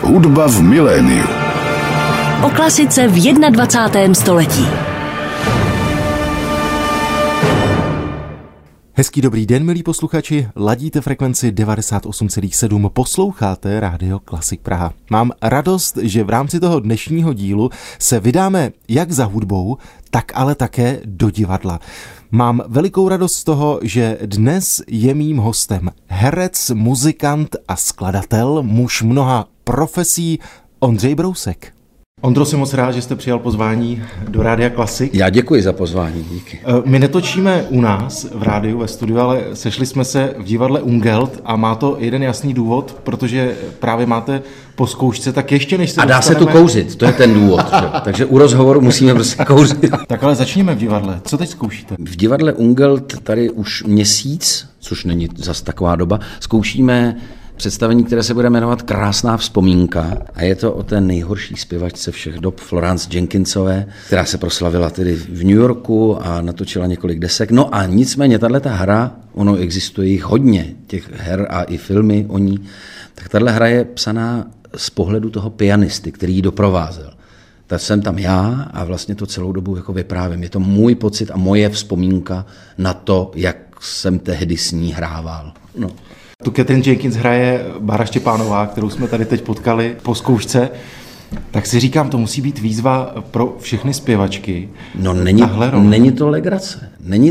Hudba v miléniu. O klasice v 21. století. Hezký dobrý den, milí posluchači, ladíte frekvenci 98,7, posloucháte Rádio Klasik Praha. Mám radost, že v rámci toho dnešního dílu se vydáme jak za hudbou, tak ale také do divadla. Mám velikou radost z toho, že dnes je mým hostem herec, muzikant a skladatel, muž mnoha profesí, Ondřej Brousek. Ondro, jsem moc rád, že jste přijal pozvání do Rádia Klasik. Já děkuji za pozvání, díky. My netočíme u nás v rádiu, ve studiu, ale sešli jsme se v divadle Ungelt a má to jeden jasný důvod, protože právě máte po zkoušce, tak ještě než se a dá dostaneme... se tu kouřit, to je ten důvod. Že? Takže u rozhovoru musíme prostě kouřit. Tak ale začněme v divadle. Co teď zkoušíte? V divadle Ungelt tady už měsíc, což není zas taková doba, zkoušíme představení, které se bude jmenovat Krásná vzpomínka a je to o té nejhorší zpěvačce všech dob, Florence Jenkinsové, která se proslavila tedy v New Yorku a natočila několik desek. No a nicméně tato hra, ono existuje jich hodně, těch her a i filmy o ní, tak tato hra je psaná z pohledu toho pianisty, který ji doprovázel. Tak jsem tam já a vlastně to celou dobu jako vyprávím. Je to můj pocit a moje vzpomínka na to, jak jsem tehdy s ní hrával. No. Tu Catherine Jenkins hraje Bára Štěpánová, kterou jsme tady teď potkali po zkoušce. Tak si říkám, to musí být výzva pro všechny zpěvačky. No není to legrace.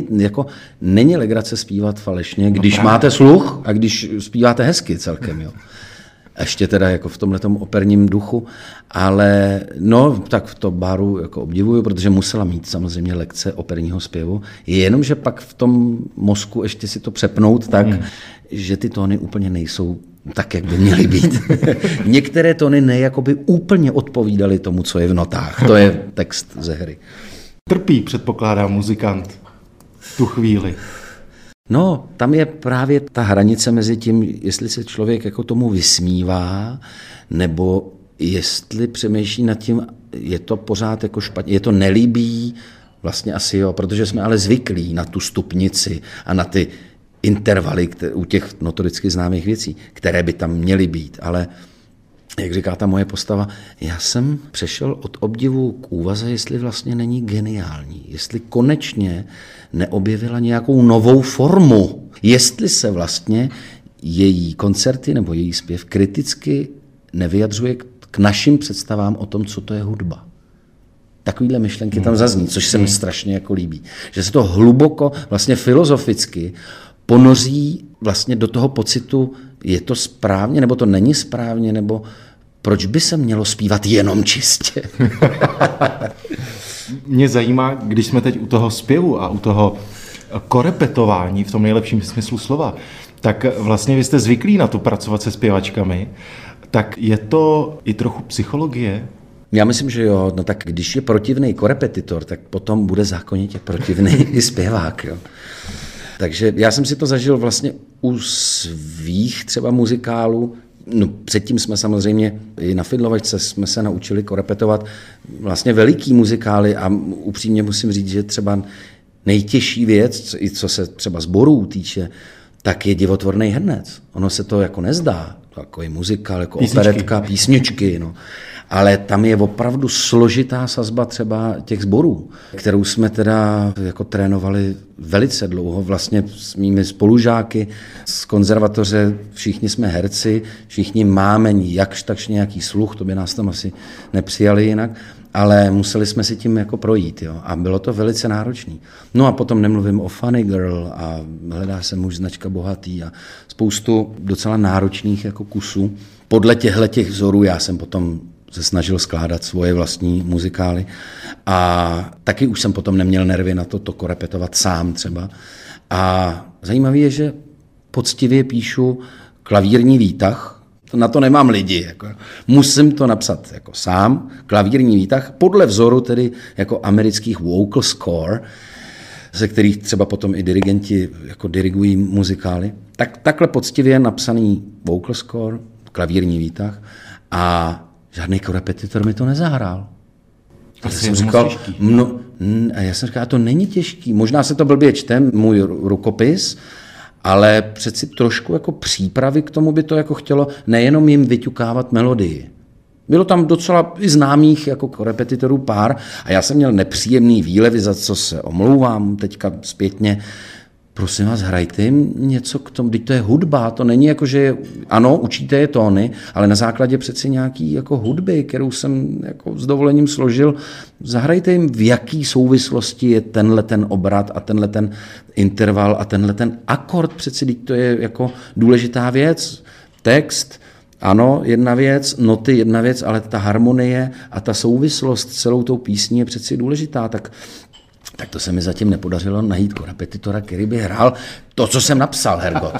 Není legrace zpívat falešně, když máte sluch a když zpíváte hezky celkem, jo. Ještě teda jako v tomhletom operním duchu, ale no, tak to Báru jako obdivuju, protože musela mít samozřejmě lekce operního zpěvu, jenomže pak v tom mozku ještě si to přepnout tak, že ty tóny úplně nejsou tak, jak by měly být. Některé tóny nejakoby úplně odpovídaly tomu, co je v notách. To je text ze hry. Trpí, předpokládá muzikant v tu chvíli. No, tam je právě ta hranice mezi tím, jestli se člověk jako tomu vysmívá, nebo jestli přemýšlí nad tím, je to pořád jako špatně, je to nelíbí, vlastně asi jo, protože jsme ale zvyklí na tu stupnici a na ty intervaly u těch notoricky známých věcí, které by tam měly být, ale jak říká ta moje postava, já jsem přešel od obdivu k úvaze, jestli vlastně není geniální, jestli konečně neobjevila nějakou novou formu, jestli se vlastně její koncerty nebo její zpěv kriticky nevyjadřuje k našim představám o tom, co to je hudba. Takovýhle myšlenky tam zazní, což se mi strašně jako líbí. Že se to hluboko, vlastně filozoficky ponoří vlastně do toho pocitu, je to správně, nebo to není správně, nebo proč by se mělo zpívat jenom čistě? Mě zajímá, když jsme teď u toho zpěvu a u toho korepetování v tom nejlepším smyslu slova, tak vlastně vy jste zvyklí na to pracovat se zpěvačkami, tak je to i trochu psychologie? Já myslím, že jo, no tak když je protivný korepetitor, tak potom bude zákonitě protivný i zpěvák, jo. Takže já jsem si to zažil vlastně u svých třeba muzikálů. No, předtím jsme samozřejmě i na Fidlovačce jsme se naučili korepetovat vlastně veliký muzikály a upřímně musím říct, že třeba nejtěžší věc, i co se třeba sborů týče, tak je divotvorný hrnec. Ono se to jako nezdá, takový muzikál, jako operetka, písničky, no. Ale tam je opravdu složitá sazba třeba těch sborů, kterou jsme teda jako trénovali velice dlouho, vlastně s mými spolužáky z konzervatoře, všichni jsme herci, všichni máme jakž takž nějaký sluch, to by nás tam asi nepřijali jinak, ale museli jsme si tím jako projít, jo, a bylo to velice náročný. No a potom nemluvím o Funny Girl a Hledá se muž, značka bohatý a spoustu docela náročných jako kusů. Podle těch vzorů já jsem potom se snažil skládat svoje vlastní muzikály a taky už jsem potom neměl nervy na to korepetovat sám třeba. A zajímavé je, že poctivě píšu klavírní výtah, na to nemám lidi, jako. Musím to napsat jako sám, klavírní výtah, podle vzoru tedy jako amerických vocal score, ze kterých třeba potom i dirigenti jako dirigují muzikály. Takhle poctivě napsaný vocal score, klavírní výtah a žádný korepetitor mi to nezahrál. Já jsem říkal, to není těžký. Možná se to blbě čte, můj rukopis, ale přeci trošku jako přípravy k tomu by to jako chtělo nejenom jim vyťukávat melodii. Bylo tam docela i známých jako korepetitorů pár a já jsem měl nepříjemný výlevy, za co se omlouvám teďka zpětně. Prosím vás, hrajte jim něco k tomu, teď to je hudba, to není jako, že ano, učíte je tóny, ale na základě přeci nějaký jako hudby, kterou jsem jako s dovolením složil, zahrajte jim, v jaký souvislosti je tenhle ten obrat a tenhle ten interval a tenhle ten akord, přeci teď to je jako důležitá věc, text, ano, jedna věc, noty jedna věc, ale ta harmonie a ta souvislost s celou tou písní je přeci důležitá, tak to se mi zatím nepodařilo najít korepetitora, který by hrál to, co jsem napsal, Hergot.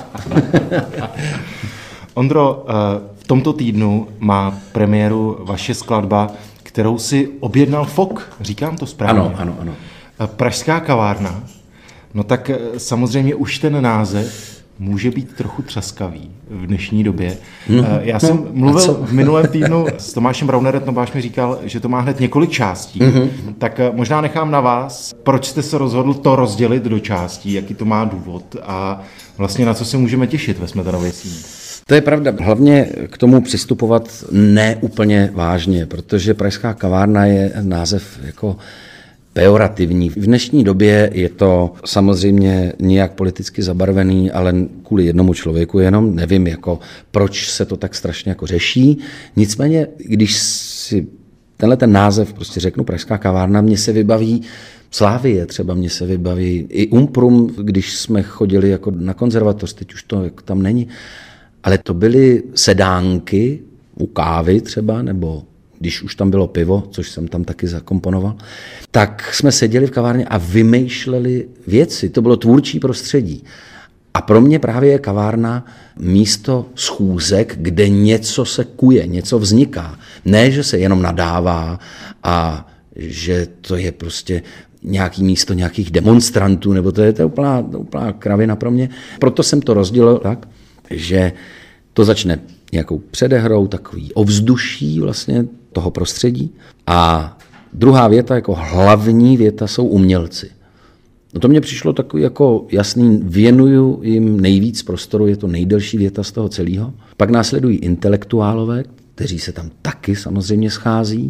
Ondro, v tomto týdnu má premiéru vaše skladba, kterou si objednal FOK, říkám to správně. Ano. Pražská kavárna. No tak samozřejmě už ten název může být trochu třaskavý v dnešní době. Já jsem mluvil v minulém týdnu s Tomášem Braunerem, Tomáš mi říkal, že to má hned několik částí. Tak možná nechám na vás, proč jste se rozhodl to rozdělit do částí, jaký to má důvod a vlastně na co se můžeme těšit ve Smetanově síni. To je pravda. Hlavně k tomu přistupovat neúplně vážně, protože Pražská kavárna je název jako pejorativní. V dnešní době je to samozřejmě nějak politicky zabarvený, ale kvůli jednomu člověku jenom, nevím, jako, proč se to tak strašně jako řeší. Nicméně, když si tenhle ten název prostě řeknu Pražská kavárna, mně se vybaví Slávie, třeba mně se vybaví i Umprum, když jsme chodili jako na konzervatoř, teď už to jako tam není, ale to byly sedánky u kávy třeba, nebo když už tam bylo pivo, což jsem tam taky zakomponoval, tak jsme seděli v kavárně a vymýšleli věci. To bylo tvůrčí prostředí. A pro mě právě je kavárna místo schůzek, kde něco se kuje, něco vzniká. Ne, že se jenom nadává a že to je prostě nějaký místo nějakých demonstrantů, nebo to je úplná kravina pro mě. Proto jsem to rozdělil tak, že to začne nějakou předehrou, takový ovzduší vlastně toho prostředí. A druhá věta, jako hlavní věta, jsou umělci. No to mně přišlo takový jako jasný, věnuju jim nejvíc prostoru, je to nejdelší věta z toho celého. Pak následují intelektuálové, kteří se tam taky samozřejmě schází,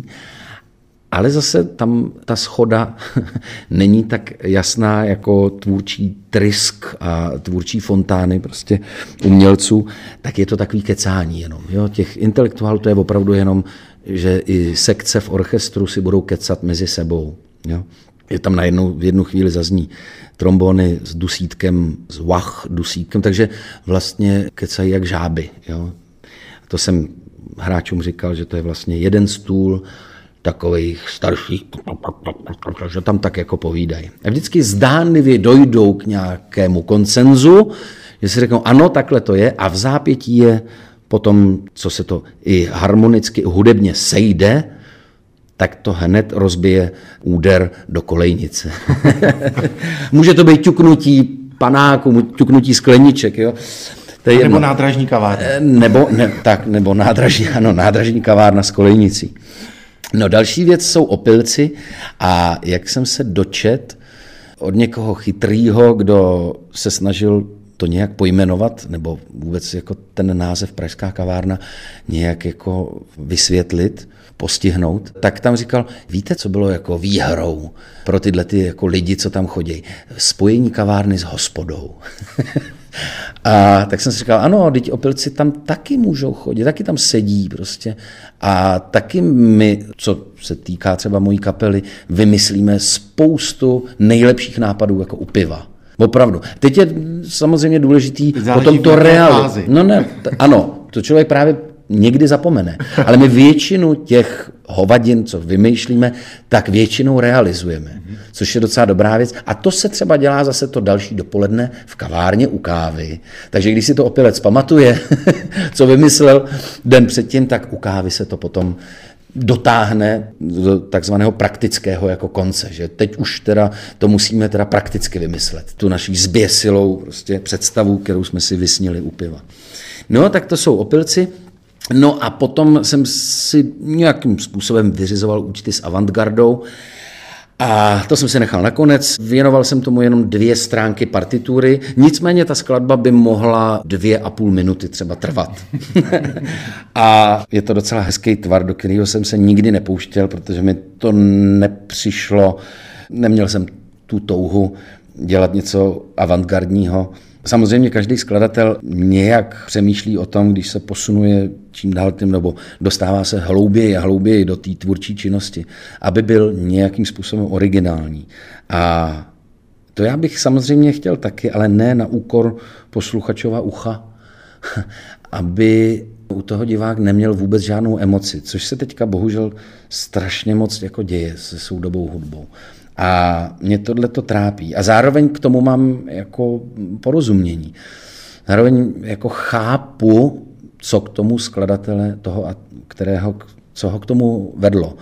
ale zase tam ta shoda není tak jasná jako tvůrčí trysk a tvůrčí fontány prostě umělců, tak je to takový kecání jenom. Jo? Těch intelektuálů to je opravdu jenom, že i sekce v orchestru si budou kecat mezi sebou. Jo? Je tam v jednu chvíli zazní trombony s dusítkem, s wah dusítkem, takže vlastně kecají jak žáby. Jo? To jsem hráčům říkal, že to je vlastně jeden stůl takových starších, že tam tak jako povídají. A vždycky zdánlivě dojdou k nějakému konsenzu, že si řeknou, ano, takhle to je, a v zápětí je potom, co se to i harmonicky, i hudebně sejde, tak to hned rozbije úder do kolejnice. Může to být ťuknutí panáku, ťuknutí skleniček, jo. Nebo nádražní kavárna. Nebo nádražní kavárna s kolejnicí. No další věc jsou opilci a jak jsem se dočet od někoho chytrýho, kdo se snažil to nějak pojmenovat, nebo vůbec jako ten název Pražská kavárna nějak jako vysvětlit, postihnout, tak tam říkal, víte, co bylo jako výhrou pro tyhle ty jako lidi, co tam chodí? Spojení kavárny s hospodou. A tak jsem si říkal, ano, teď opilci tam taky můžou chodit, taky tam sedí prostě. A taky my, co se týká třeba mojí kapely, vymyslíme spoustu nejlepších nápadů jako u piva. Opravdu. Teď je samozřejmě důležitý potom to realizovat. Ano, to člověk právě někdy zapomene. Ale my většinu těch hovadin, co vymýšlíme, tak většinou realizujeme. Což je docela dobrá věc. A to se třeba dělá zase to další dopoledne v kavárně u kávy. Takže když si to opilec pamatuje, co vymyslel den předtím, tak u kávy se to potom dotáhne do takzvaného praktického jako konce, že teď už teda to musíme teda prakticky vymyslet, tu naší zběsilou prostě představu, kterou jsme si vysnili u piva. No, tak to jsou opilci. No a potom jsem si nějakým způsobem vyřizoval účty s avantgardou A to jsem si nechal nakonec, věnoval jsem tomu jenom 2 stránky partitury, nicméně ta skladba by mohla 2,5 minuty třeba trvat. A je to docela hezký tvar, do kterého jsem se nikdy nepouštěl, protože mi to nepřišlo, neměl jsem tu touhu dělat něco avantgardního. Samozřejmě každý skladatel nějak přemýšlí o tom, když se posunuje čím dál tím, nebo dostává se hlouběji a hlouběji do té tvůrčí činnosti, aby byl nějakým způsobem originální. A to já bych samozřejmě chtěl taky, ale ne na úkor posluchačova ucha, aby u toho divák neměl vůbec žádnou emoci, což se teďka bohužel strašně moc jako děje se soudobou hudbou. A mě tohle to trápí. A zároveň k tomu mám jako porozumění. Zároveň jako chápu, co k tomu skladatele toho, co ho k tomu vedlo.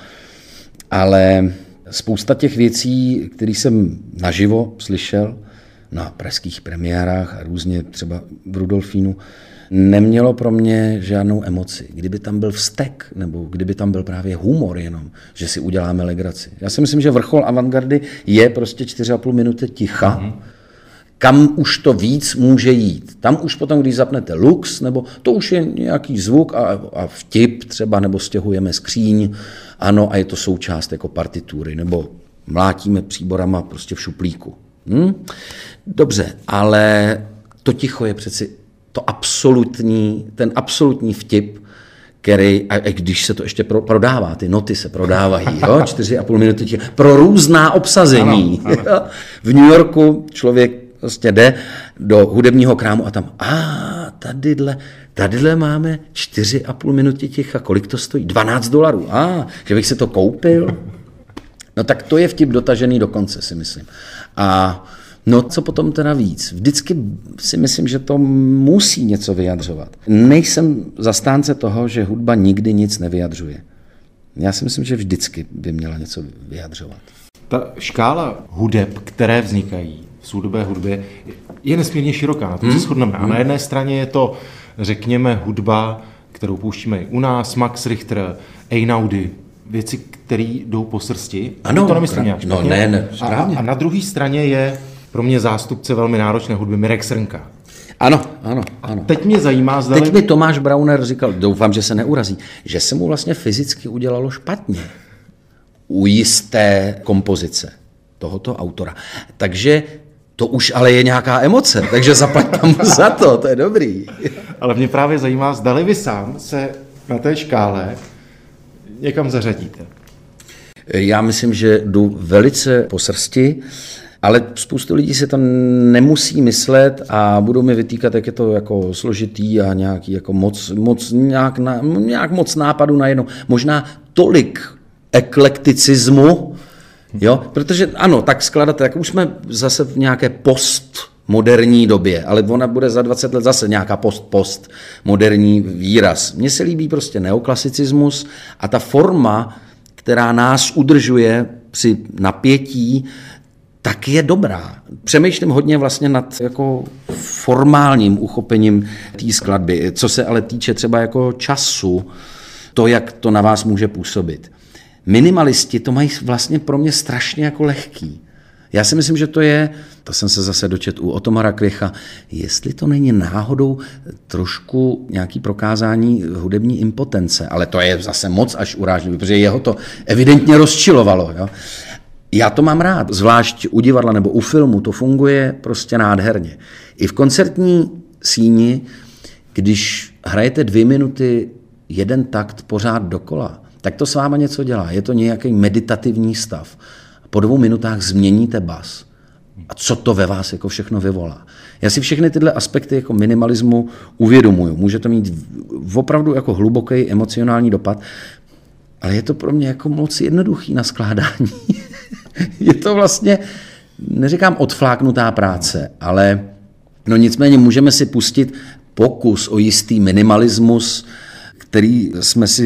Ale spousta těch věcí, které jsem naživo slyšel na pražských premiérách a různě třeba v Rudolfínu, nemělo pro mě žádnou emoci. Kdyby tam byl vztek, nebo kdyby tam byl právě humor jenom, že si uděláme legraci. Já si myslím, že vrchol avantgardy je prostě 4,5 minuty ticha, kam už to víc může jít. Tam už potom, když zapnete lux, nebo to už je nějaký zvuk a vtip třeba, nebo stěhujeme skříň, ano, a je to součást jako partitury, nebo mlátíme příborama prostě v šuplíku. Dobře, ale to ticho je přeci ten absolutní vtip, který, a když se to ještě prodává, ty noty se prodávají, jo, 4,5 minuty pro různá obsazení. Ano. V New Yorku člověk prostě jde do hudebního krámu a tam, tadyhle máme 4,5 minuty ticha, kolik to stojí? $12. Že bych si to koupil? No tak to je vtip dotažený do konce, si myslím. A no co potom teda víc? Vždycky si myslím, že to musí něco vyjadřovat. Nejsem zastánce toho, že hudba nikdy nic nevyjadřuje. Já si myslím, že vždycky by měla něco vyjadřovat. Ta škála hudeb, které vznikají v soudobé hudbě, je nesmírně široká, na tom se shodneme. A na jedné straně je to, řekněme, hudba, kterou pouštíme i u nás, Max Richter, Einaudi, věci, které jdou po srsti. Ano, to nemyslím nějak špatně. Ne, a na druhé straně je pro mě zástupce velmi náročné hudby Mirek Srnka. Ano. Teď mě zajímá, Teď mi Tomáš Brauner říkal, doufám, že se neurazí, že se mu vlastně fyzicky udělalo špatně u jisté kompozice tohoto autora. Takže to už ale je nějaká emoce, takže zaplaťte mu za to je dobrý. Ale mě právě zajímá, zdali vy sám se na té škále někam zařadíte. Já myslím, že jdu velice po srsti, ale spoustu lidí si to nemusí myslet a budou mi vytýkat, jak je to jako složitý a nějaký jako nějak moc nápadů najednou. Možná tolik eklekticismu, jo? Protože ano, tak skladáte, tak už jsme zase v nějaké postmoderní době, ale ona bude za 20 let zase nějaká postmoderní výraz. Mně se líbí prostě neoklasicismus a ta forma, která nás udržuje při napětí, tak je dobrá. Přemýšlím hodně vlastně nad jako formálním uchopením té skladby, co se ale týče třeba jako času, to, jak to na vás může působit. Minimalisti to mají vlastně pro mě strašně jako lehký. Já si myslím, že to jsem se zase dočetl u Otomara Krycha, jestli to není náhodou trošku nějaký prokázání hudební impotence, ale to je zase moc až urážlivý, protože jeho to evidentně rozčilovalo. Jo? Já to mám rád, zvlášť u divadla nebo u filmu, to funguje prostě nádherně. I v koncertní síni, když hrajete 2 minuty jeden takt pořád dokola, tak to s váma něco dělá. Je to nějaký meditativní stav. Po 2 minutách změníte bas. A co to ve vás jako všechno vyvolá. Já si všechny tyhle aspekty jako minimalismu uvědomuju. Může to mít opravdu jako hluboký emocionální dopad, ale je to pro mě jako moc jednoduchý na skládání. Je to vlastně, neříkám odfláknutá práce, ale no nicméně můžeme si pustit pokus o jistý minimalismus, který jsme si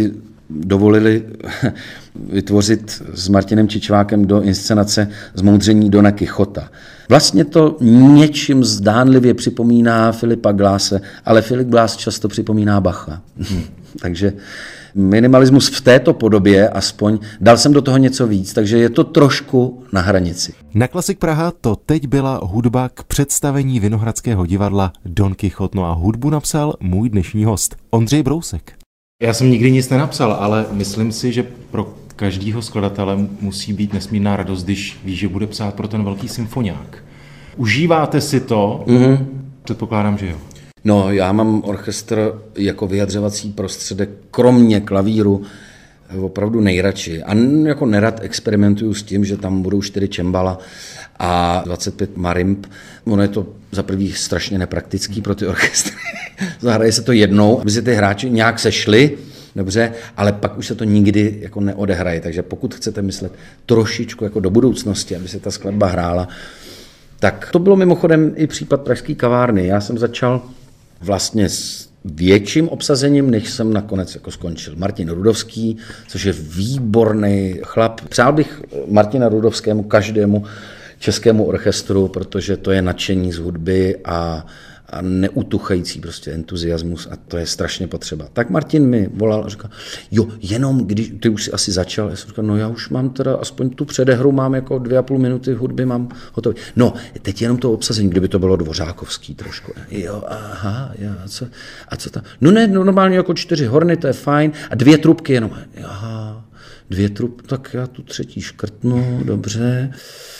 dovolili vytvořit s Martinem Čičvákem do inscenace Zmoudření Dona Kichota. Vlastně to něčím zdánlivě připomíná Filipa Glase, ale Filip Glass často připomíná Bacha. Takže minimalismus v této podobě aspoň, dal jsem do toho něco víc, takže je to trošku na hranici. Na Klasik Praha to teď byla hudba k představení Vinohradského divadla Don Kichot. No a hudbu napsal můj dnešní host, Ondřej Brousek. Já jsem nikdy nic nenapsal, ale myslím si, že pro každého skladatele musí být nesmírná radost, když ví, že bude psát pro ten velký symfoniák. Užíváte si to? Předpokládám, že jo. No, já mám orchestr jako vyjadřovací prostředek, kromě klavíru, opravdu nejradši. A jako nerad experimentuju s tím, že tam budou 4 čembala a 25 marimb. Ono je to za prvý strašně nepraktický pro ty orchestry. Zahraje se to jednou, aby si ty hráči nějak sešli, dobře, ale pak už se to nikdy jako neodehraje. Takže pokud chcete myslet trošičku jako do budoucnosti, aby se ta skladba hrála, tak to bylo mimochodem i případ Pražské kavárny. Já jsem začal vlastně s větším obsazením, než jsem nakonec jako skončil. Martin Rudovský, což je výborný chlap. Přál bych Martina Rudovskému každému českému orchestru, protože to je nadšení z hudby a neutuchající prostě entuziasmus a to je strašně potřeba. Tak Martin mi volal a říkal, jo, jenom když, ty už si asi začal, já jsem říkal, no já už mám teda aspoň tu předehru, mám jako 2,5 minuty hudby, mám hotový. No, teď jenom to obsazení, kdyby to bylo dvořákovský trošku. Jo, aha, jo, a co tam? No ne, no, normálně jako 4 horny, to je fajn a 2 trubky jenom. Aha, 2 trubky, tak já tu 3. škrtnu, dobře.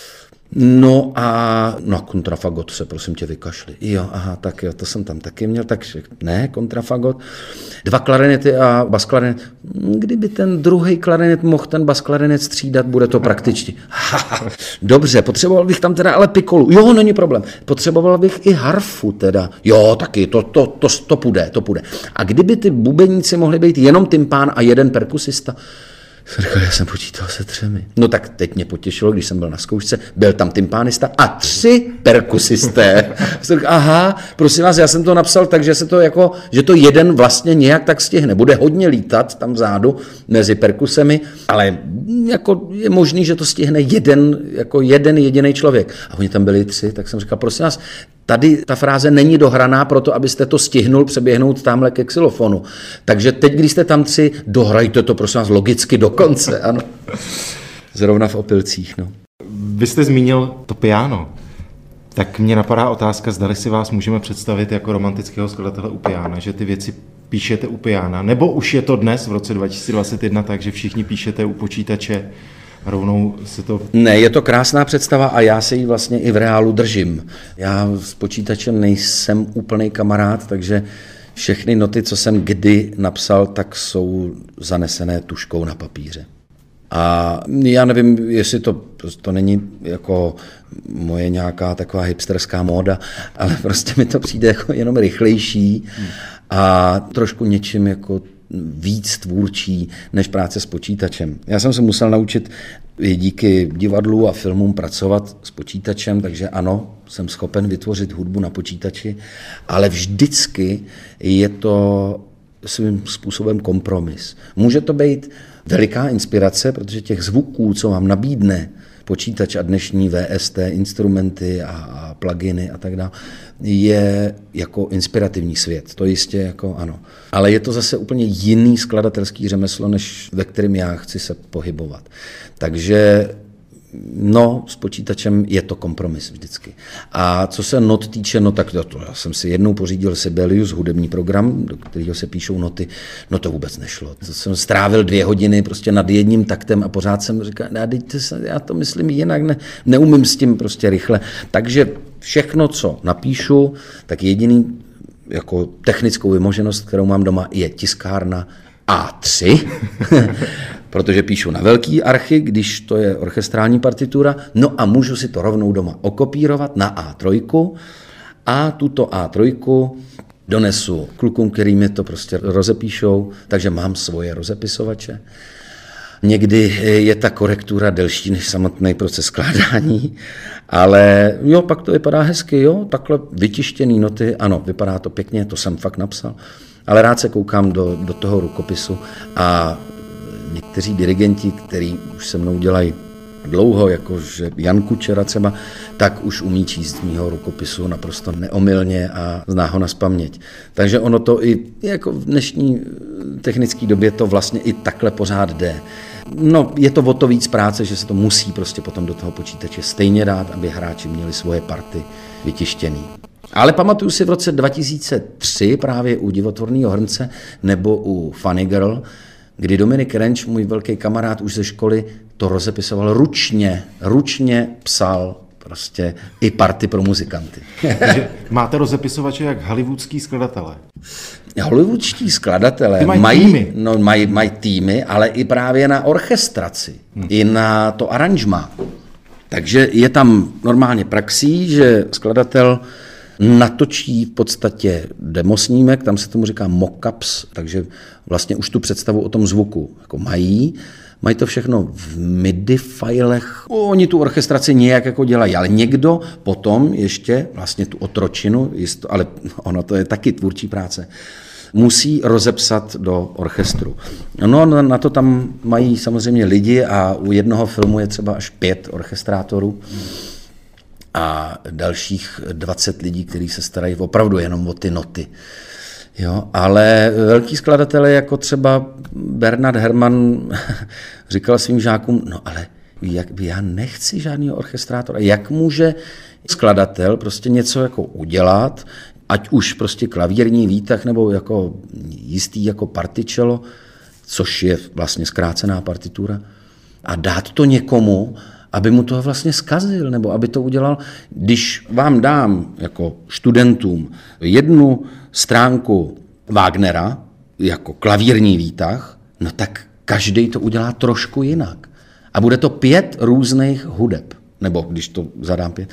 No a na kontrafagot se prosím tě vykašli. Jo, aha, tak jo, to jsem tam taky měl, takže ne, kontrafagot. 2 klarinety a basklarinet. Kdyby ten druhý klarinet mohl ten basklarinet střídat, bude to praktičtě. Dobře, potřeboval bych tam teda ale pikolu. Jo, není problém. Potřeboval bych i harfu teda. Jo, taky, to půjde. A kdyby ty bubeníci mohli být jenom tympán a 1 perkusista, já jsem počítal se 3. No tak teď mě potěšilo, když jsem byl na zkoušce, byl tam tympánista a 3 perkusisté. Aha, prosím vás, já jsem to napsal tak, že se to jako, že to jeden vlastně nějak tak stihne. Bude hodně lítat tam vzadu mezi perkusemi, ale jako je možný, že to stihne jeden jediný člověk. A oni tam byli 3, tak jsem říkal, prosím vás, tady ta fráze není dohraná proto, abyste to stihnul přeběhnout tamhle ke xylofonu. Takže teď, když jste tam 3, dohrajte to, prosím vás, logicky do konce. Ano. Zrovna v Opilcích. No. Vy jste zmínil to piano. Tak mě napadá otázka, zdali si vás můžeme představit jako romantického skladatele u piana, že ty věci píšete u piana, nebo už je to dnes v roce 2021 tak, že všichni píšete u počítače, rovnou si to... Ne, je to krásná představa a já se jí vlastně i v reálu držím. Já s počítačem nejsem úplný kamarád, takže všechny noty, co jsem kdy napsal, tak jsou zanesené tuškou na papíře. A já nevím, jestli to není jako moje nějaká taková hipsterská móda, ale prostě mi to přijde jako jenom rychlejší a trošku něčím jako víc tvůrčí než práce s počítačem. Já jsem se musel naučit díky divadlu a filmům pracovat s počítačem, takže ano, jsem schopen vytvořit hudbu na počítači, ale vždycky je to svým způsobem kompromis. Může to být veliká inspirace, protože těch zvuků, co vám nabídne počítač a dnešní VST, instrumenty a pluginy a tak dále, je jako inspirativní svět. To jistě jako ano. Ale je to zase úplně jiný skladatelský řemeslo, než ve kterém já chci se pohybovat. Takže no, s počítačem je to kompromis vždycky. A co se not týče, no tak to já jsem si jednou pořídil Sibelius, hudební program, do kterého se píšou noty, no to vůbec nešlo. To jsem strávil 2 hodiny prostě nad jedním taktem a pořád jsem říkal, já to myslím jinak, neumím s tím prostě rychle. Takže všechno, co napíšu, tak jediný jako technickou vymoženost, kterou mám doma, je tiskárna A3, protože píšu na velký archy, když to je orchestrální partitura, no a můžu si to rovnou doma okopírovat na A3 a tuto A3 donesu klukům, který mi to prostě rozepíšou, takže mám svoje rozepisovače. Někdy je ta korektura delší než samotný proces skládání, ale jo, pak to vypadá hezky, jo, takhle vytištěný noty, ano, vypadá to pěkně, to jsem fakt napsal, ale rád se koukám do toho rukopisu a někteří dirigenti, kteří už se mnou dělají dlouho, jakože Jan Kučera třeba, tak už umí číst z mýho rukopisu naprosto neomylně a zná ho nazpaměť. Takže ono to i jako v dnešní technické době to vlastně i takhle pořád jde. No, je to o to víc práce, že se to musí prostě potom do toho počítače stejně dát, aby hráči měli svoje party vytištěný. Ale pamatuju si v roce 2003 právě u Divotvorného hrnce nebo u Funny Girl, kdy Dominik Renč, můj velký kamarád už ze školy, to rozepisoval ručně psal prostě i party pro muzikanty. Takže máte rozepisovače jak hollywoodský skladatelé? Hollywoodští skladatelé mají týmy, ale i právě na orchestraci, i na to aranžma. Takže je tam normálně praxí, že skladatel natočí v podstatě demosnímek, tam se tomu říká mockups, takže vlastně už tu představu o tom zvuku jako mají to všechno v MIDI filech. Oni tu orchestraci nějak jako dělají, ale někdo potom ještě vlastně tu otročinu, ale ono to je taky tvůrčí práce, musí rozepsat do orchestru. No, na to tam mají samozřejmě lidi a u jednoho filmu je třeba až 5 orchestrátorů a dalších 20 lidí, kteří se starají opravdu jenom o ty noty. Jo, ale velký skladatelé, jako třeba Bernard Herrmann říkal svým žákům, no ale já nechci žádného orchestrátora. Jak může skladatel prostě něco jako udělat, ať už prostě klavírní výtah nebo jako jistý jako particello, což je vlastně zkrácená partitura, a dát to někomu, aby mu to vlastně zkazil, nebo aby to udělal. Když vám dám jako studentům jednu stránku Wagnera jako klavírní výtah, no tak každý to udělá trošku jinak. A bude to 5 různých hudeb, nebo když to zadám 5,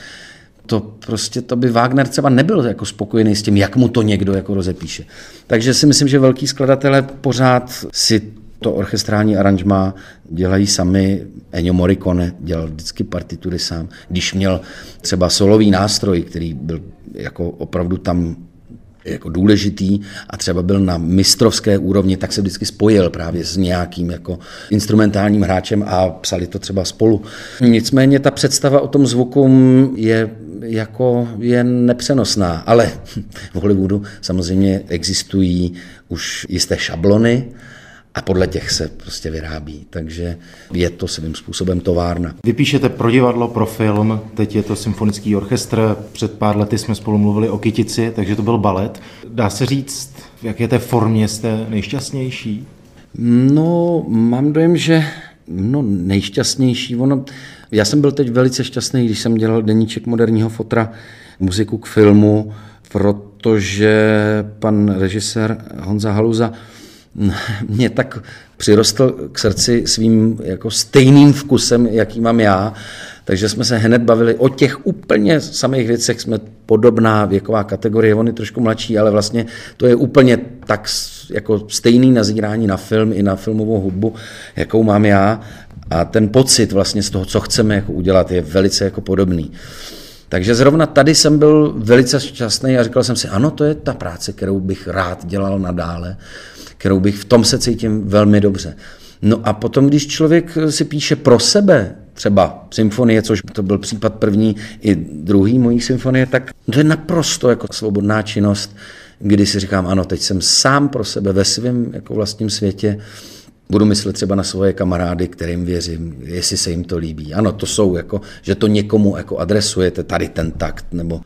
to by Wagner třeba nebyl jako spokojený s tím, jak mu to někdo jako rozepíše. Takže si myslím, že velký skladatelé pořád si to orchestrální aranžma dělají sami. Ennio Morricone dělal vždycky partitury sám. Když měl třeba solový nástroj, který byl jako opravdu tam jako důležitý a třeba byl na mistrovské úrovni, tak se vždycky spojil právě s nějakým jako instrumentálním hráčem a psali to třeba spolu. Nicméně ta představa o tom zvuku je nepřenosná, ale v Hollywoodu samozřejmě existují už jisté šablony, a podle těch se prostě vyrábí, takže je to svým způsobem továrna. Vy píšete pro divadlo, pro film, teď je to symfonický orchestr, před pár lety jsme spolu mluvili o Kytici, takže to byl balet. Dá se říct, v jaké té formě jste nejšťastnější? No, mám dojem, že nejšťastnější, já jsem byl teď velice šťastný, když jsem dělal deníček moderního fotra, muziku k filmu, protože pan režisér Honza Haluza mě tak přirostl k srdci svým jako stejným vkusem, jaký mám já, takže jsme se hned bavili o těch úplně samých věcech, jsme podobná věková kategorie, on je trošku mladší, ale vlastně to je úplně tak jako stejný nazírání na film i na filmovou hudbu, jakou mám já, a ten pocit vlastně z toho, co chceme jako udělat, je velice jako podobný. Takže zrovna tady jsem byl velice šťastný a říkal jsem si, ano, to je ta práce, kterou bych rád dělal nadále, kterou bych v tom se cítím velmi dobře. No a potom, když člověk si píše pro sebe, třeba symfonie, což to byl případ první i druhý mojí symfonie, tak to je naprosto jako svobodná činnost, kdy si říkám, ano, teď jsem sám pro sebe ve svém jako vlastním světě, budu myslet třeba na svoje kamarády, kterým věřím, jestli se jim to líbí. Ano, to jsou jako, že to někomu jako adresujete, tady ten takt, nebo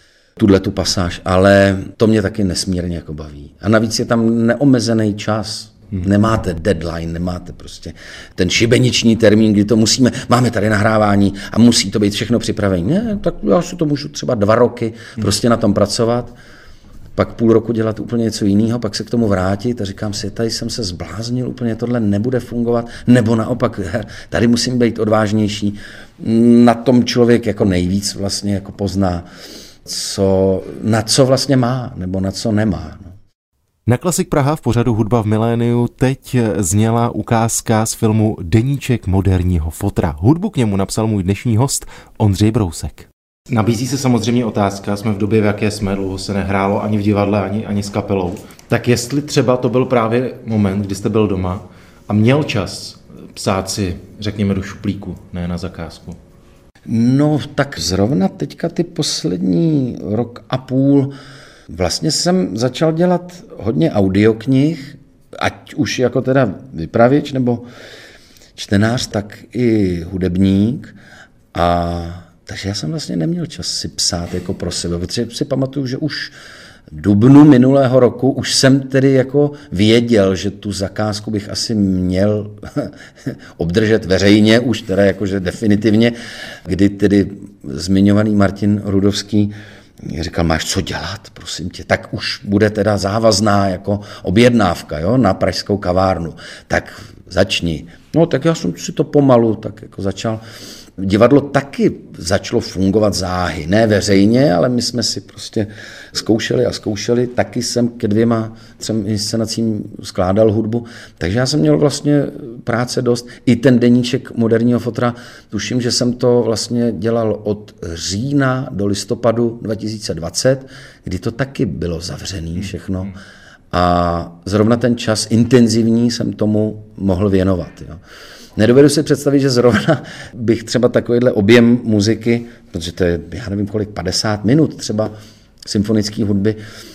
tu pasáž, ale to mě taky nesmírně jako baví. A navíc je tam neomezený čas. Nemáte deadline, nemáte prostě ten šibeniční termín, kdy to máme tady nahrávání a musí to být všechno připravené. Ne, tak já si to můžu třeba 2 roky prostě na tom pracovat, pak půl roku dělat úplně něco jiného, pak se k tomu vrátit a říkám si, tady jsem se zbláznil, úplně tohle nebude fungovat, nebo naopak, tady musím být odvážnější. Na tom člověk jako nejvíc vlastně jako pozná, na co vlastně má, nebo na co nemá. No. Na Klasik Praha v pořadu Hudba v miléniu teď zněla ukázka z filmu Deníček moderního fotra. Hudbu k němu napsal můj dnešní host Ondřej Brousek. Nabízí se samozřejmě otázka, jsme v době, v jaké jsme, dlouho se nehrálo ani v divadle, ani s kapelou. Tak jestli třeba to byl právě moment, kdy jste byl doma a měl čas psát si, řekněme, do šuplíku, ne na zakázku? No tak zrovna teďka ty poslední rok a půl vlastně jsem začal dělat hodně audioknih, ať už jako teda vypravěč nebo čtenář, tak i hudebník. A takže já jsem vlastně neměl čas si psát jako pro sebe, protože si pamatuju, že už v dubnu minulého roku už jsem tedy jako věděl, že tu zakázku bych asi měl obdržet veřejně, už teda jakože definitivně, kdy tedy zmiňovaný Martin Rudovský říkal, máš co dělat, prosím tě, tak už bude teda závazná jako objednávka, jo, na pražskou kavárnu, tak začni. No tak já jsem si to pomalu tak jako začal. Divadlo taky začalo fungovat záhy, ne veřejně, ale my jsme si prostě zkoušeli. Taky jsem ke 2-3 inscenacím skládal hudbu, takže já jsem měl vlastně práce dost. I ten deníček Moderního fotra, tuším, že jsem to vlastně dělal od října do listopadu 2020, kdy to taky bylo zavřený všechno. A zrovna ten čas intenzivní jsem tomu mohl věnovat. Jo. Nedovedu si představit, že zrovna bych třeba takovýhle objem muziky, protože to je, já nevím kolik, 50 minut třeba symfonické hudby,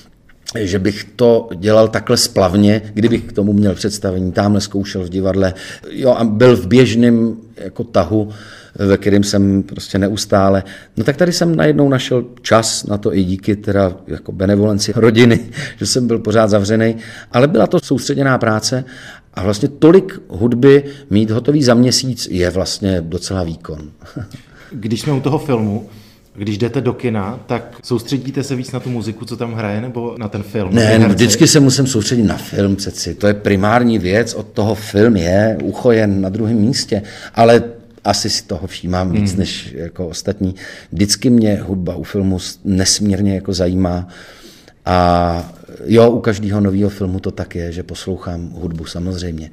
že bych to dělal takhle splavně, kdybych k tomu měl představení, tamhle zkoušel v divadle, jo, a byl v běžném jako tahu, ve kterém jsem prostě neustále. No tak tady jsem najednou našel čas na to i díky teda jako benevolenci rodiny, že jsem byl pořád zavřený, ale byla to soustředěná práce a vlastně tolik hudby mít hotový za měsíc je vlastně docela výkon. Když jsme u toho filmu, když jdete do kina, tak soustředíte se víc na tu muziku, co tam hraje, nebo na ten film? Ne, vždycky se musím soustředit na film přeci. To je primární věc, od toho film je, ucho je na druhém místě, ale asi si toho všímám víc než jako ostatní. Vždycky mě hudba u filmu nesmírně jako zajímá. A jo, u každého nového filmu to tak je, že poslouchám hudbu samozřejmě.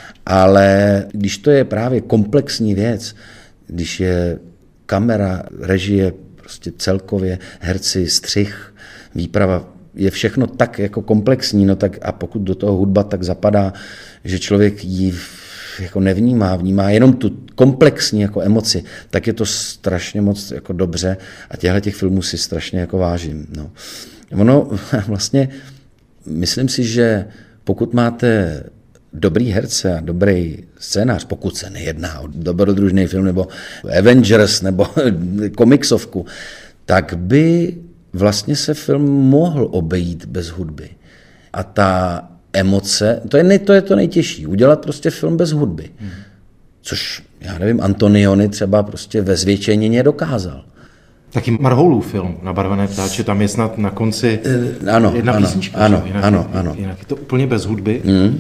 Ale když to je právě komplexní věc, když je kamera, režie, prostě celkově, herci, střih, výprava, je všechno tak jako komplexní, no tak a pokud do toho hudba tak zapadá, že člověk ji jako vnímá jenom tu komplexní jako emoci, tak je to strašně moc jako dobře a těch filmů si strašně jako vážím. No. Ono vlastně, myslím si, že pokud máte dobrý herce a dobrý scénář, pokud se nejedná o dobrodružný film nebo Avengers nebo komiksovku, tak by vlastně se film mohl obejít bez hudby. A ta emoce, to je to nejtěžší, udělat prostě film bez hudby. Což, já nevím, Antonioni třeba prostě ve Zvětšenině dokázal. Taky Marhoulův film Nabarvené ptáče, tam je snad na konci jedna písnička. Ano. Jinak je to úplně bez hudby.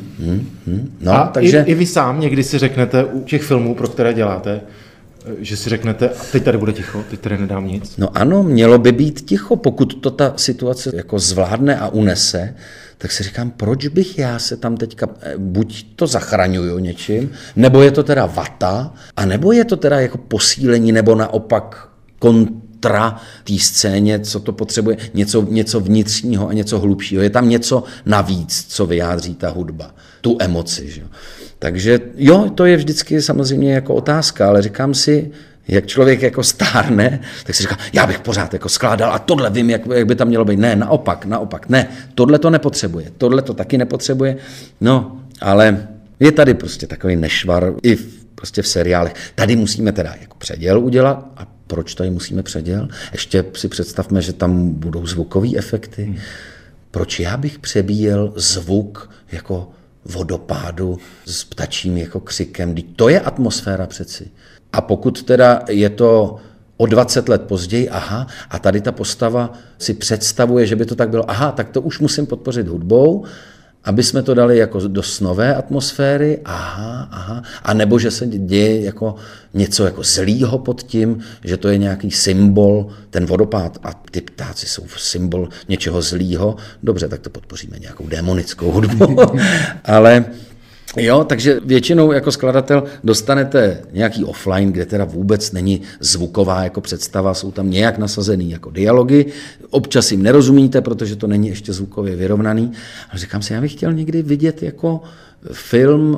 No, a takže i vy sám někdy si řeknete u těch filmů, pro které děláte, že si řeknete, teď tady bude ticho, teď tady nedám nic. No ano, mělo by být ticho, pokud to ta situace jako zvládne a unese, tak si říkám, proč bych já se tam teďka, buď to zachraňuju něčím, nebo je to teda vata, a nebo je to teda jako posílení, nebo naopak kontra té scéně, co to potřebuje, něco vnitřního a něco hlubšího. Je tam něco navíc, co vyjádří ta hudba, tu emoci. Že? Takže jo, to je vždycky samozřejmě jako otázka, ale říkám si, jak člověk jako stárne, tak si říká, já bych pořád jako skládal a tohle vím, jak by tam mělo být. Ne, naopak, ne, tohle to nepotřebuje, tohle to taky nepotřebuje, no, ale je tady prostě takový nešvar i prostě v seriálech. Tady musíme teda jako předěl udělat. A proč tady musíme předěl? Ještě si představme, že tam budou zvukové efekty. Proč já bych přebíjel zvuk jako vodopádu s ptačím jako křikem? To je atmosféra přeci. A pokud teda je to o 20 let později, aha, a tady ta postava si představuje, že by to tak bylo, aha, tak to už musím podpořit hudbou, aby jsme to dali jako do snové atmosféry, aha, a nebo že se děje jako něco jako zlýho pod tím, že to je nějaký symbol, ten vodopád a ty ptáci jsou symbol něčeho zlýho, dobře, tak to podpoříme nějakou démonickou hudbu, ale jo, takže většinou jako skladatel dostanete nějaký offline, kde teda vůbec není zvuková jako představa, jsou tam nějak nasazený jako dialogy, občas jim nerozumíte, protože to není ještě zvukově vyrovnaný, ale říkám si, já bych chtěl někdy vidět jako film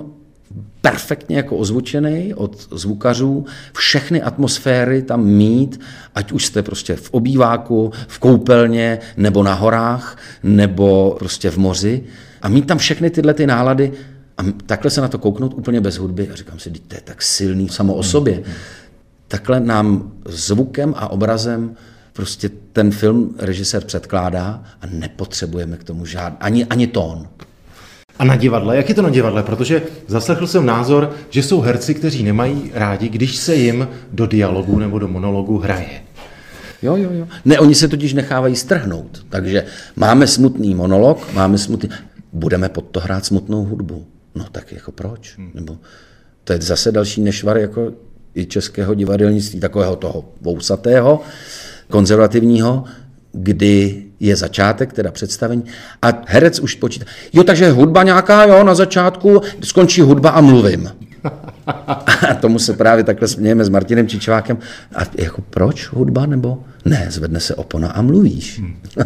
perfektně jako ozvučený od zvukařů, všechny atmosféry tam mít, ať už jste prostě v obýváku, v koupelně, nebo na horách, nebo prostě v moři a mít tam všechny tyhle ty nálady a takhle se na to kouknout úplně bez hudby a říkám si, to je tak silný samo o sobě. Takhle nám zvukem a obrazem prostě ten film režisér předkládá a nepotřebujeme k tomu žádný, ani tón. A na divadle? Jak je to na divadle? Protože zaslechl jsem názor, že jsou herci, kteří nemají rádi, když se jim do dialogu nebo do monologu hraje. Jo. Ne, oni se totiž nechávají strhnout. Takže máme smutný monolog, budeme pod to hrát smutnou hudbu. No tak jako proč? Nebo to je zase další nešvar jako i českého divadelnictví, takového toho vousatého, konzervativního, kdy je začátek, teda představení, a herec už počítá. Jo, takže hudba nějaká, jo, na začátku, skončí hudba a mluvím. A tomu se právě takhle smějeme s Martinem Čičvákem. A jako proč hudba, nebo ne, zvedne se opona a mluvíš.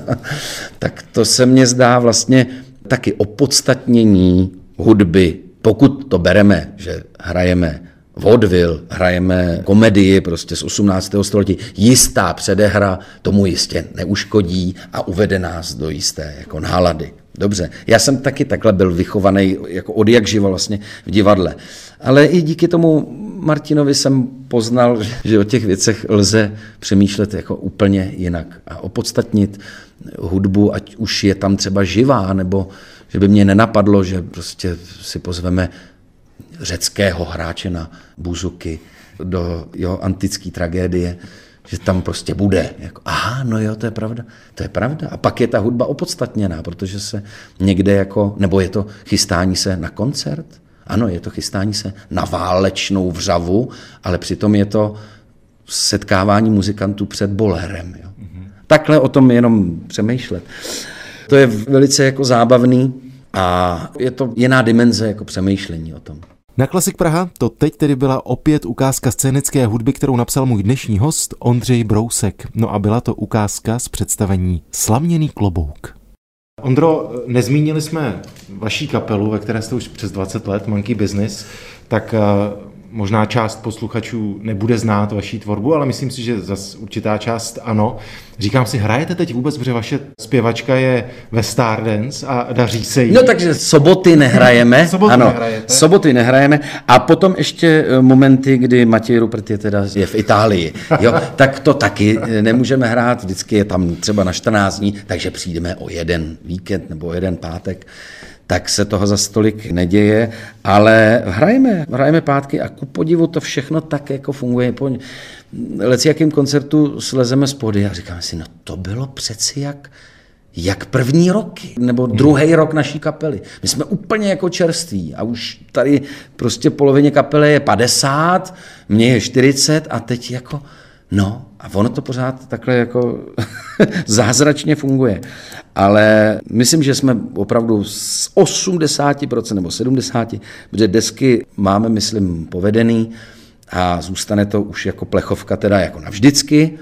Tak to se mně zdá vlastně taky opodstatnění hudby, pokud to bereme, že hrajeme vaudeville, hrajeme komedii prostě z 18. století, jistá předehra tomu jistě neuškodí a uvede nás do jisté jako nálady. Dobře, já jsem taky takhle byl vychovaný jako od jak živa vlastně v divadle. Ale i díky tomu Martinovi jsem poznal, že o těch věcech lze přemýšlet jako úplně jinak a opodstatnit hudbu, ať už je tam třeba živá, nebo že by mě nenapadlo, že prostě si pozveme řeckého hráče na buzuky do antické tragédie, že tam prostě bude. Jako, aha, no jo, to je pravda. A pak je ta hudba opodstatněná, protože se někde jako, nebo je to chystání se na koncert, ano, je to chystání se na válečnou vřavu, ale přitom je to setkávání muzikantů před bolérem. Jo. Takhle o tom jenom přemýšlet. To je velice jako zábavný a je to jiná dimenze jako přemýšlení o tom. Na Klasik Praha to teď tedy byla opět ukázka scénické hudby, kterou napsal můj dnešní host Ondřej Brousek. No a byla to ukázka z představení Slaměný klobouk. Ondro, nezmínili jsme vaší kapelu, ve které jste už přes 20 let, Monkey Business, tak možná část posluchačů nebude znát vaší tvorbu, ale myslím si, že zase určitá část ano. Říkám si, hrajete teď vůbec, protože vaše zpěvačka je ve Stardance a daří se jí. No takže soboty nehrajeme. Soboty nehrajeme. A potom ještě momenty, kdy Matěj Rupert je v Itálii. Jo, tak to taky nemůžeme hrát, vždycky je tam třeba na 14 dní, takže přijdeme o jeden víkend nebo o jeden pátek. Tak se toho za stolik neděje, ale hrajeme pátky a ku podivu to všechno tak jako funguje. Po jakým koncertu slezeme z pódia a říkáme si, no to bylo přeci jak první roky, nebo druhý rok naší kapely. My jsme úplně jako čerství a už tady prostě polovině kapely je 50, mně je 40 a teď jako, no a ono to pořád takhle jako zázračně funguje. Ale myslím, že jsme opravdu z 80% nebo 70%, protože desky máme, myslím, povedený a zůstane to už jako plechovka teda jako navždycky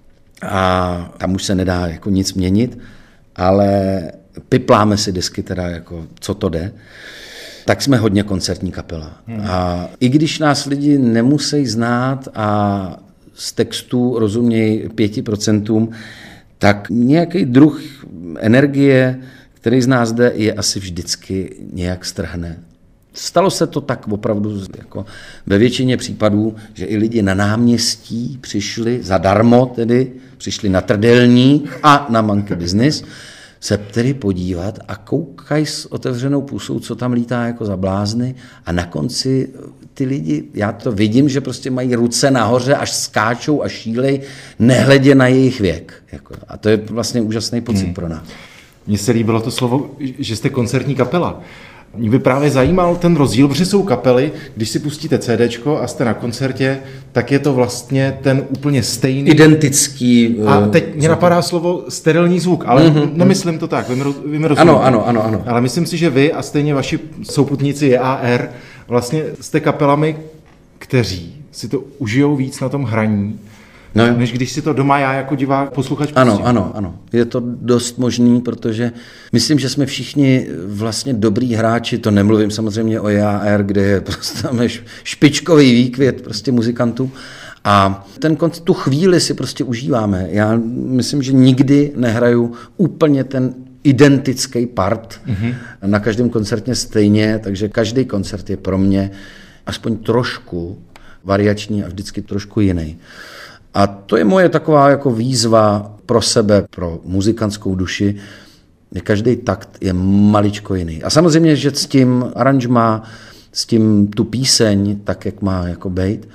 a tam už se nedá jako nic měnit, ale pipláme si desky teda jako co to jde, tak jsme hodně koncertní kapela. A i když nás lidi nemusí znát a z textu rozumějí 5%, tak nějaký druh energie, který z nás jde, je asi vždycky nějak strhne. Stalo se to tak opravdu jako ve většině případů, že i lidi na náměstí přišli zadarmo, tedy přišli na Trdelník a na Monkey Business se tedy podívat a koukají s otevřenou pusou, co tam lítá jako za blázny a na konci ty lidi, já to vidím, že prostě mají ruce nahoře, až skáčou a šílej, nehledě na jejich věk. Jako. A to je vlastně úžasný pocit pro nás. Mně se líbilo to slovo, že jste koncertní kapela. Mě by právě zajímal ten rozdíl, protože jsou kapely, když si pustíte CDčko a jste na koncertě, tak je to vlastně ten úplně stejný. Identický. A teď mě napadá slovo sterilní zvuk, ale nemyslím to tak, vy mi rozumíte. Ano. Ale myslím si, že vy a stejně vaši souputníci JAR vlastně jste kapelami, kteří si to užijou víc na tom hraní než když si to doma já jako divák, posluchač pustím. Ano. Je to dost možný, protože myslím, že jsme všichni vlastně dobrý hráči, to nemluvím samozřejmě o JR, kde je prostě špičkový výkvět prostě muzikantů. A tu chvíli si prostě užíváme. Já myslím, že nikdy nehraju úplně ten identický part na každém koncertě stejně, takže každý koncert je pro mě aspoň trošku variační a vždycky trošku jiný. A to je moje taková jako výzva pro sebe, pro muzikantskou duši. Každý takt je maličko jiný. A samozřejmě, že s tím aranžma, s tím tu píseň, tak jak má jako bejt,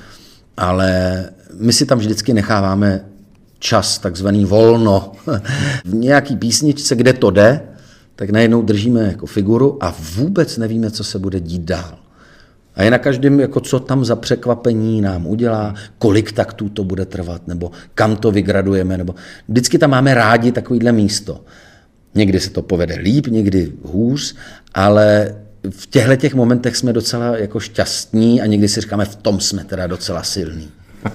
ale my si tam vždycky necháváme čas, takzvaný volno. V nějaký písničce, kde to jde, tak najednou držíme jako figuru a vůbec nevíme, co se bude dít dál. A je na každém, jako co tam za překvapení nám udělá, kolik taktů to bude trvat, nebo kam to vygradujeme, nebo vždycky tam máme rádi takovýhle místo. Někdy se to povede líp, někdy hůř, ale v těchto momentech jsme docela jako šťastní a někdy si říkáme, v tom jsme teda docela silní.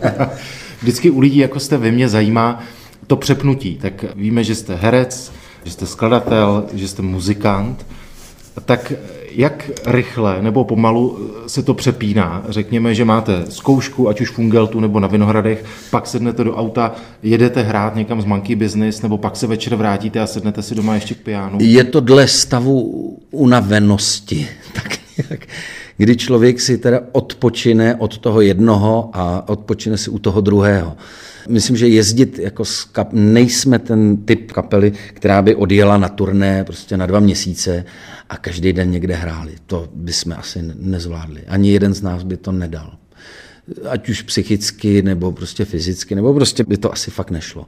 Vždycky u lidí, jako jste vy, mě zajímá to přepnutí. Tak víme, že jste herec, že jste skladatel, že jste muzikant. Tak jak rychle nebo pomalu se to přepíná? Řekněme, že máte zkoušku, ať už v Ungeltu nebo na Vinohradech, pak sednete do auta, jedete hrát někam z Monkey Business, nebo pak se večer vrátíte a sednete si doma ještě k pianu? Je to dle stavu unavenosti, tak nějak. Kdy člověk si teda odpočine od toho jednoho a odpočine si u toho druhého. Myslím, že jezdit jako nejsme ten typ kapely, která by odjela na turné prostě na 2 měsíce a každý den někde hráli. To bychom asi nezvládli. Ani jeden z nás by to nedal. Ať už psychicky, nebo prostě fyzicky, nebo prostě by to asi fakt nešlo.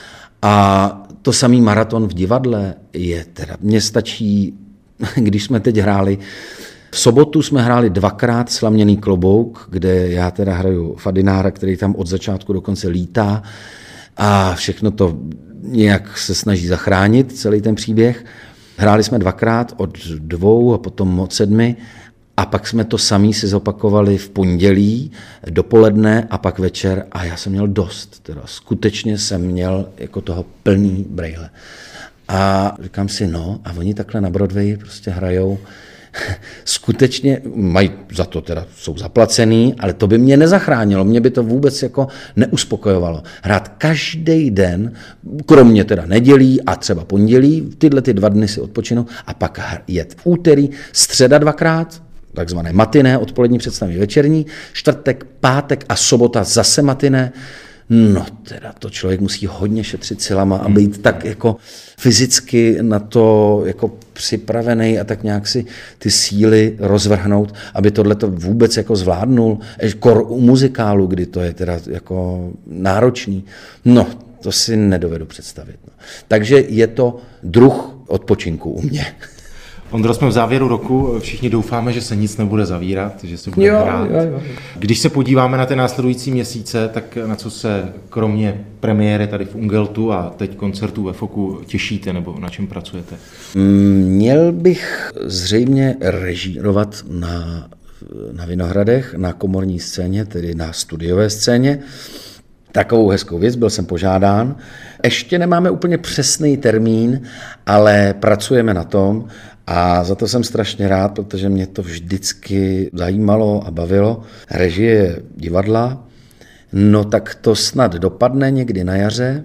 A to samý maraton v divadle je teda, mně stačí, když jsme teď hráli, v sobotu jsme hráli 2krát Slaměný klobouk, kde já teda hraju Fadinára, který tam od začátku do konce lítá a všechno to nějak se snaží zachránit, celý ten příběh. Hráli jsme 2krát od 2 a potom od 7 a pak jsme to samý si zopakovali v pondělí, dopoledne a pak večer a já jsem měl dost. Teda skutečně jsem měl jako toho plný brejle. A říkám si, no a oni takhle na Broadway prostě hrajou. Skutečně mají za to teda, jsou zaplacený, ale to by mě nezachránilo, mě by to vůbec jako neuspokojovalo. Hrát každý den, kromě teda nedělí a třeba pondělí, tyhle ty 2 dny si odpočinu a pak jet v úterý, středa 2krát, takzvané matiné, odpolední představy večerní, čtvrtek, pátek a sobota zase matiné. No teda to člověk musí hodně šetřit silama a být tak jako fyzicky na to jako připravený a tak nějak si ty síly rozvrhnout, aby tohleto vůbec jako zvládnul. Kor u muzikálu, kdy to je teda jako náročný. No, to si nedovedu představit. No. Takže je to druh odpočinku u mě. Ondro, jsme v závěru roku, všichni doufáme, že se nic nebude zavírat, že se bude hrát. Jo. Když se podíváme na ty následující měsíce, tak na co se kromě premiéry tady v Ungeltu a teď koncertů ve Foku těšíte, nebo na čem pracujete? Měl bych zřejmě režírovat na Vinohradech, na komorní scéně, tedy na studiové scéně. Takovou hezkou věc, byl jsem požádán. Ještě nemáme úplně přesný termín, ale pracujeme na tom a za to jsem strašně rád, protože mě to vždycky zajímalo a bavilo. Režie divadla, no tak to snad dopadne někdy na jaře.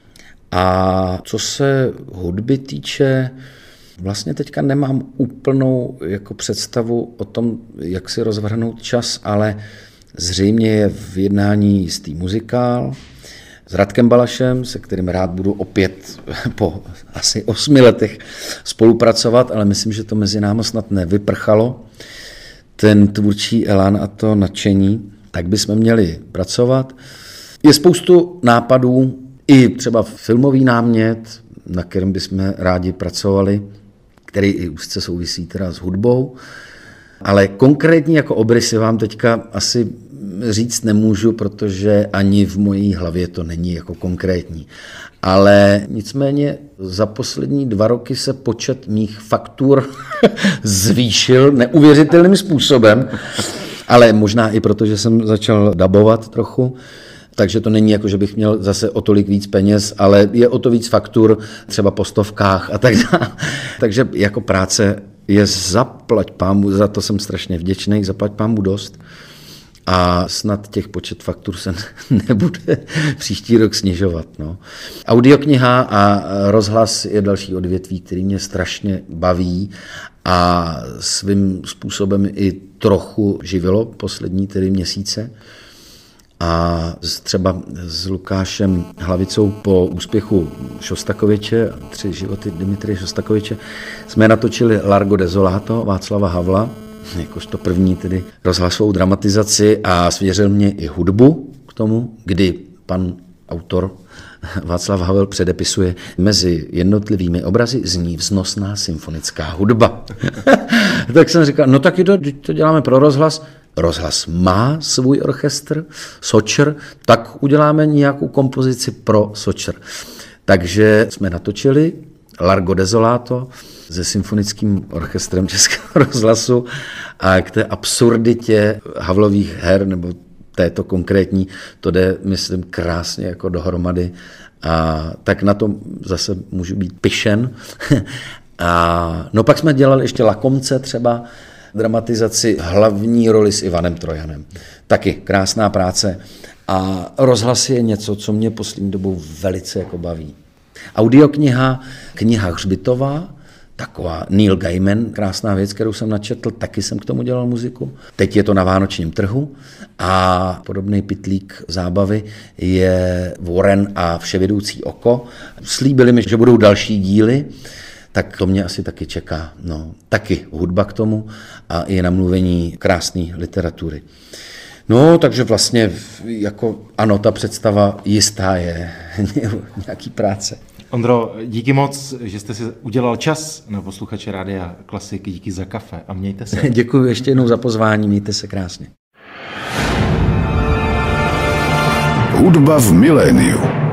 A co se hudby týče, vlastně teďka nemám úplnou jako představu o tom, jak si rozvrhnout čas, ale zřejmě je v jednání jistý muzikál s Radkem Balašem, se kterým rád budu opět po asi 8 letech spolupracovat, ale myslím, že to mezi námi snad nevyprchalo, ten tvůrčí elán a to nadšení, tak bychom měli pracovat. Je spoustu nápadů, i třeba filmový námět, na kterém bychom rádi pracovali, který i úzce souvisí teda s hudbou, ale konkrétní jako obrysy vám teďka asi říct nemůžu, protože ani v mojí hlavě to není jako konkrétní. Ale nicméně za poslední 2 roky se počet mých faktur zvýšil neuvěřitelným způsobem, ale možná i proto, že jsem začal dabovat trochu, takže to není jako, že bych měl zase o tolik víc peněz, ale je o to víc faktur, třeba po stovkách a tak dále. Takže jako práce je zaplať pánbu, za to jsem strašně vděčný, zaplať pánbu dost. A snad těch počet faktur se nebude příští rok snižovat. No. Audiokniha a rozhlas je další odvětví, který mě strašně baví a svým způsobem i trochu živilo poslední tedy měsíce. A třeba s Lukášem Hlavicou po úspěchu Šostakoviče, 3 životy Dimitrije Šostakoviče, jsme natočili Largo Desolato Václava Havla, jakožto první tedy rozhlasovou dramatizaci a svěřil mě i hudbu k tomu, kdy pan autor Václav Havel předepisuje: mezi jednotlivými obrazy zní vznosná symfonická hudba. Tak jsem říkal, no tak to děláme pro rozhlas. Rozhlas má svůj orchestr, Sočr, tak uděláme nějakou kompozici pro Sočr. Takže jsme natočili Largo Desolato se symfonickým orchestrem Českého rozhlasu a k té absurditě Havlových her, nebo této konkrétní, to jde, myslím, krásně jako dohromady. A tak na to zase můžu být pyšen. A no pak jsme dělali ještě Lakomce třeba, dramatizaci hlavní roli s Ivanem Trojanem. Taky krásná práce. A rozhlas je něco, co mě poslední dobou velice jako baví. Audiokniha, kniha Hřbitová, taková Neil Gaiman, krásná věc, kterou jsem načetl, taky jsem k tomu dělal muziku. Teď je to na vánočním trhu a podobný pytlík zábavy je Warren a Vševědoucí oko. Slíbili mi, že budou další díly, tak to mě asi taky čeká. No, taky hudba k tomu a i namluvení krásné literatury. No, takže vlastně jako ano, ta představa jistá je nějaký práce. Ondro, díky moc, že jste si udělal čas na posluchače Rádia Klasik. Díky za kafe a mějte se. Děkuji ještě jednou za pozvání, mějte se krásně. Hudba v miléniu.